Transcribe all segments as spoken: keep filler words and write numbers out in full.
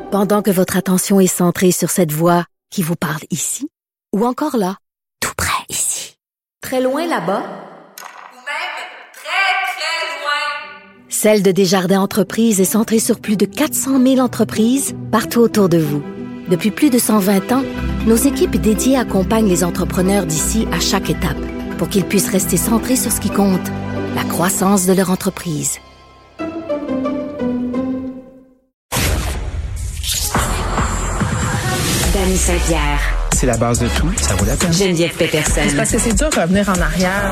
Pendant que votre attention est centrée sur cette voix qui vous parle ici, ou encore là, tout près ici, très loin là-bas, ou même très, très loin. Celle de Desjardins Entreprises est centrée sur plus de quatre cent mille entreprises partout autour de vous. Depuis plus de cent vingt ans, nos équipes dédiées accompagnent les entrepreneurs d'ici à chaque étape pour qu'ils puissent rester centrés sur ce qui compte, la croissance de leur entreprise. Dany Saint-Pierre. C'est la base de tout, ça vaut la peine. Geneviève Peterson. C'est parce que c'est dur de revenir en arrière.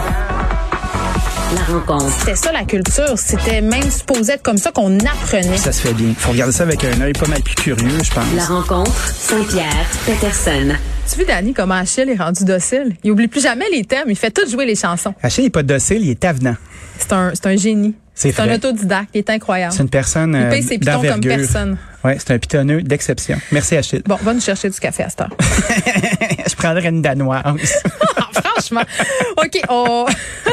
La rencontre. C'était ça la culture. C'était même supposé être comme ça qu'on apprenait. Ça se fait bien. Faut regarder ça avec un œil pas mal plus curieux, je pense. La rencontre. Saint-Pierre. Peterson. Tu vois, Dany, comment Achille est rendu docile? Il oublie plus jamais les thèmes. Il fait tout jouer les chansons. Achille n'est pas docile, il est avenant. C'est un, c'est un génie. C'est, c'est un autodidacte. Il est incroyable. C'est une personne Il paye ses pitons comme personne. Oui, c'est un pitonneux d'exception. Merci, Achille. Bon, va nous chercher du café à cette heure. Je prendrais une danoise. Franchement. OK, on...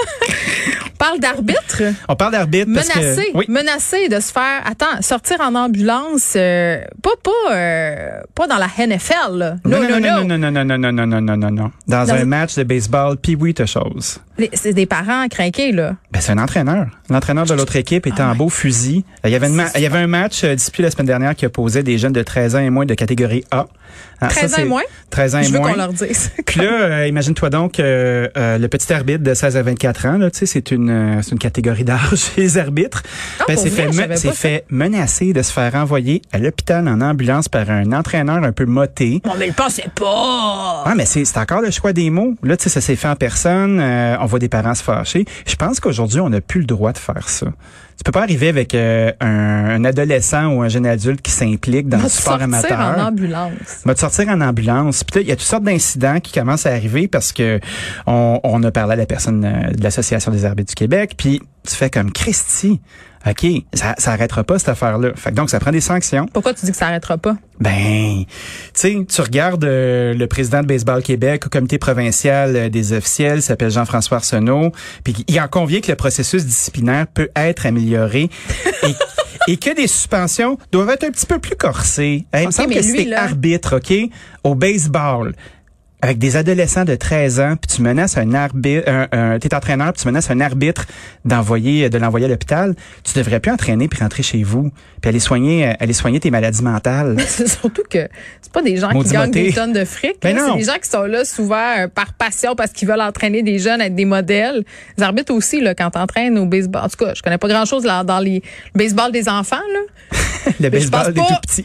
parle d'arbitre. On parle d'arbitre parce menacé, que... Oui. Menacé de se faire, attends, sortir en ambulance, euh, pas pas euh, pas dans la N F L. Là. Non, non, no, non, non, non, non, non, non, non, non, non, non. Dans, dans un match de baseball, puis oui, t'as chose. Les, c'est des parents craqués, là. Ben, c'est un entraîneur. L'entraîneur de l'autre équipe était oh en beau fusil. Il y avait, une ma- il y avait un match euh, disputé la semaine dernière qui opposait des jeunes de treize ans et moins de catégorie A. Hein, treize ça, ans et moins? treize ans et Je veux moins. qu'on leur dise. Puis là, euh, imagine-toi donc euh, euh, le petit arbitre de seize à vingt-quatre ans, là, tu sais, c'est une euh, c'est une catégorie d'âge chez les arbitres. Ah, ben, c'est fait, me- c'est fait menacer de se faire envoyer à l'hôpital en ambulance par un entraîneur un peu moté. Bon, mais le pensait pas. Ah, mais c'est, c'est encore le choix des mots. Là, tu sais, ça s'est fait en personne. Euh, on voit des parents se fâcher. Je pense qu'aujourd'hui, on n'a plus le droit de faire ça. Tu peux pas arriver avec euh, un, un adolescent ou un jeune adulte qui s'implique dans le sport amateur. Va te sortir en ambulance. Va te sortir en ambulance. Puis là, il y a toutes sortes d'incidents qui commencent à arriver parce que on, on a parlé à la personne euh, de l'Association des arbitres du Québec. Puis tu fais comme Christy. OK, ça, ça arrêtera pas cette affaire-là. Fait que donc, ça prend des sanctions. Pourquoi tu dis que ça arrêtera pas? Ben, tu sais, tu regardes euh, le président de Baseball Québec au comité provincial euh, des officiels, il s'appelle Jean-François Arsenault, puis il en convient que le processus disciplinaire peut être amélioré et, et que des suspensions doivent être un petit peu plus corsées. Hein, il me okay, semble que lui, c'est là... arbitre, OK, au baseball. Avec des adolescents de treize ans, puis tu menaces un arbitre, un, un, t'es entraîneur, puis tu menaces un arbitre d'envoyer, de l'envoyer à l'hôpital, tu devrais plus entraîner puis rentrer chez vous, puis aller soigner, aller soigner tes maladies mentales. C'est surtout que c'est pas des gens Maudit qui gagnent moté. des tonnes de fric. Ben là. non. C'est des gens qui sont là souvent euh, par passion parce qu'ils veulent entraîner des jeunes à être des modèles. Les arbitres aussi, là, quand t'entraînes au baseball. En tout cas, je connais pas grand chose là, dans les, le baseball des enfants, là. Le baseball des pas... tout petits.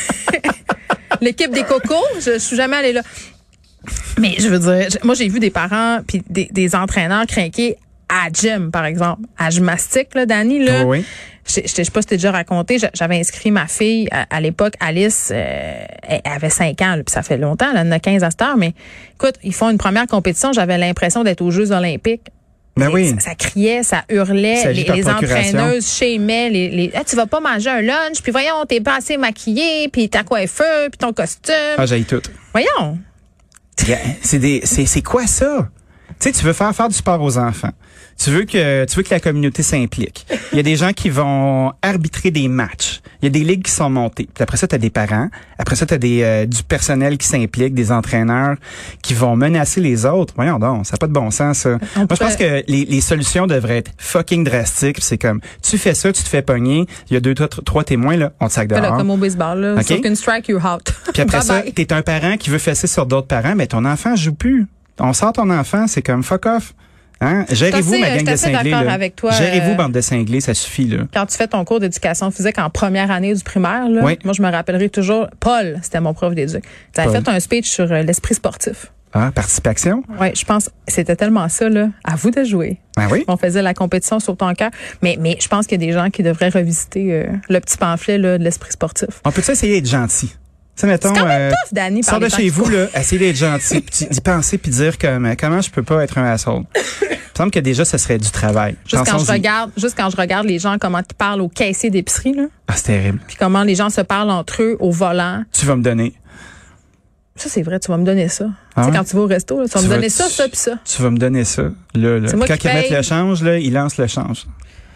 L'équipe des cocos, je, je suis jamais allée là. Mais je veux dire, moi j'ai vu des parents puis des, des entraîneurs craqués à gym, par exemple, à gymnastique, là, Dany, là. Oui. Je, je, je sais pas si t'ai déjà raconté, j'avais inscrit ma fille à, à l'époque, Alice, euh, elle avait cinq ans, là, puis ça fait longtemps, elle en a quinze à cette heure, mais écoute, ils font une première compétition, j'avais l'impression d'être aux Jeux olympiques. Ben Et oui. Ça, ça criait, ça hurlait, les, les entraîneuses shamaient, les, les ah, tu vas pas manger un lunch, puis voyons, t'es pas assez maquillée, puis ta coiffeur, puis ton costume. Ah, j'haïs tout. Voyons. C'est des, c'est, c'est quoi ça? Tu sais, tu veux faire faire du sport aux enfants. Tu veux que, tu veux que la communauté s'implique. Il y a des gens qui vont arbitrer des matchs. Il y a des ligues qui sont montées. Puis après ça, t'as des parents. Après ça, t'as des, euh, du personnel qui s'implique, des entraîneurs qui vont menacer les autres. Voyons donc, ça n'a pas de bon sens, ça. On Moi, peut... je pense que les, les solutions devraient être fucking drastiques. C'est comme, tu fais ça, tu te fais pogner. Il y a deux, trois, trois témoins, là, on te sac dehors. Là, comme au baseball, là. Okay. Sur qu'une strike, you're out. Puis après ça, t'es un parent qui veut fesser sur d'autres parents, mais ton enfant joue plus. On sort ton enfant, c'est comme fuck off. Hein? Gérez-vous, ma gang de cinglés. Là. Avec toi, Gérez-vous, euh, bande de cinglés, ça suffit. Là. Quand tu fais ton cours d'éducation physique en première année du primaire, là, oui. moi, je me rappellerai toujours, Paul, c'était mon prof d'éduc. Tu avais fait un speech sur euh, l'esprit sportif. Ah, participation? Oui, je pense que c'était tellement ça, là. À vous de jouer. Ah oui? On faisait la compétition sur ton cœur. Mais, mais je pense qu'il y a des gens qui devraient revisiter euh, le petit pamphlet là, de l'esprit sportif. On peut-il essayer d'être gentil? C'est quand même euh, tough, Dany. Sors de chez vous, là, essayez d'être gentil, d'y penser puis dire comme, comment je peux pas être un asshole. Il me semble que déjà, ce serait du travail. Juste quand, je regarde, juste quand je regarde les gens, comment ils parlent au caissier d'épicerie, là. Ah, c'est terrible. Puis comment les gens se parlent entre eux au volant. Tu vas me donner. Ça, c'est vrai, tu vas me donner ça. Ah tu sais, ouais? quand tu vas au resto, là, tu vas tu me vas, donner ça, tu, ça, puis ça. Tu vas me donner ça. Là, là. Quand ils mettent le change, là, ils lancent le change.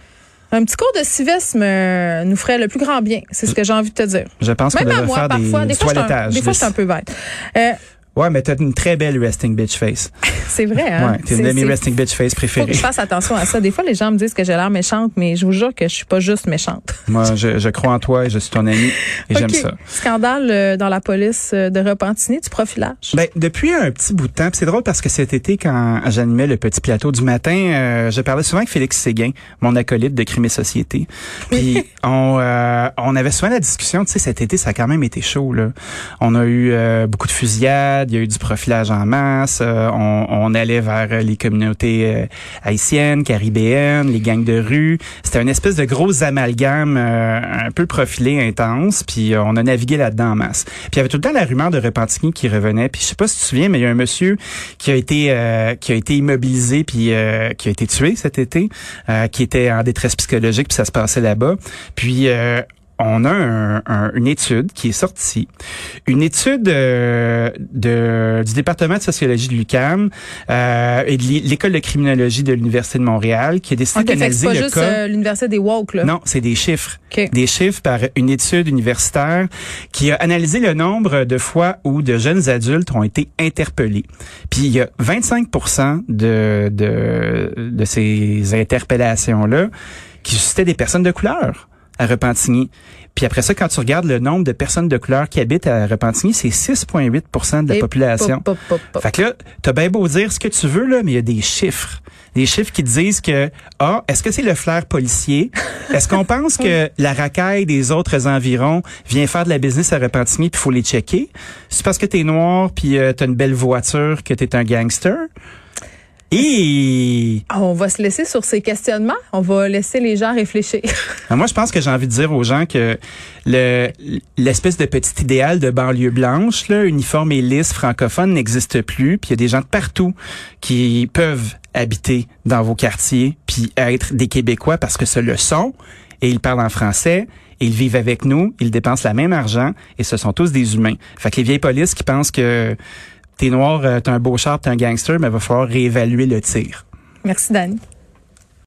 Un petit cours de civisme euh, nous ferait le plus grand bien. C'est ce que j'ai envie de te dire. Je pense qu'on Même à devrait moi, faire parfois. des, Des des fois, je suis un- toilettages. des fois, je suis un peu bête. Euh, Ouais, mais t'as une très belle resting bitch face. c'est vrai, hein? Ouais, t'es une C'est- de mes c'est- resting bitch face Faut que préférées. je fasse attention à ça. Des fois, les gens me disent que j'ai l'air méchante, mais je vous jure que je suis pas juste méchante. Moi, je, je crois en toi et je suis ton ami et j'aime OK. ça. Scandale euh, dans la police euh, de Repentigny, du profilage. Ben, depuis un petit bout de temps, puis c'est drôle parce que cet été, quand j'animais le petit plateau du matin, euh, je parlais souvent avec Félix Séguin, mon acolyte de Crime et Société. Puis on, euh, on avait souvent la discussion, tu sais, cet été, ça a quand même été chaud, là. On a eu euh, beaucoup de fusillades, il y a eu du profilage en masse, euh, on, on allait vers les communautés euh, haïtiennes, caribéennes, les gangs de rue. C'était une espèce de gros amalgame euh, un peu profilé, intense, puis euh, on a navigué là-dedans en masse. Puis il y avait tout le temps la rumeur de Repentigny qui revenait, puis je sais pas si tu te souviens, mais il y a un monsieur qui a été euh, qui a été immobilisé puis euh, qui a été tué cet été, euh, qui était en détresse psychologique, puis ça se passait là-bas. Puis euh, on a un, un, une étude qui est sortie, une étude euh, de, du département de sociologie de l'U Q A M euh, et de l'école de criminologie de l'Université de Montréal qui a décidé OK, fait que d'analyser c'est pas le juste cas. euh, l'université des woke, là. Non, c'est des chiffres. OK. Des chiffres par une étude universitaire qui a analysé le nombre de fois où de jeunes adultes ont été interpellés. Puis il y a vingt-cinq pour cent de, de, de ces interpellations-là qui suscitaient des personnes de couleur à Repentigny. Puis après ça, quand tu regardes le nombre de personnes de couleur qui habitent à Repentigny, c'est six virgule huit pour cent de la Et population. pop, pop, pop, pop. Fait que là, t'as bien beau dire ce que tu veux, là, mais il y a des chiffres. Des chiffres qui te disent que, ah, est-ce que c'est le flair policier? Est-ce qu'on pense que la racaille des autres environs vient faire de la business à Repentigny puis faut les checker? C'est parce que t'es noir puis euh, t'as une belle voiture que t'es un gangster? Et On va se laisser sur ces questionnements. On va laisser les gens réfléchir. moi, je pense que j'ai envie de dire aux gens que le l'espèce de petit idéal de banlieue blanche, là, uniforme et lisse francophone n'existe plus. Puis il y a des gens de partout qui peuvent habiter dans vos quartiers puis être des Québécois parce que ce le sont et ils parlent en français. Et ils vivent avec nous, ils dépensent le même argent et ce sont tous des humains. Fait que les vieilles polices qui pensent que t'es noir, euh, t'as un beau char, t'es un gangster, mais il va falloir réévaluer le tir. Merci, Dani.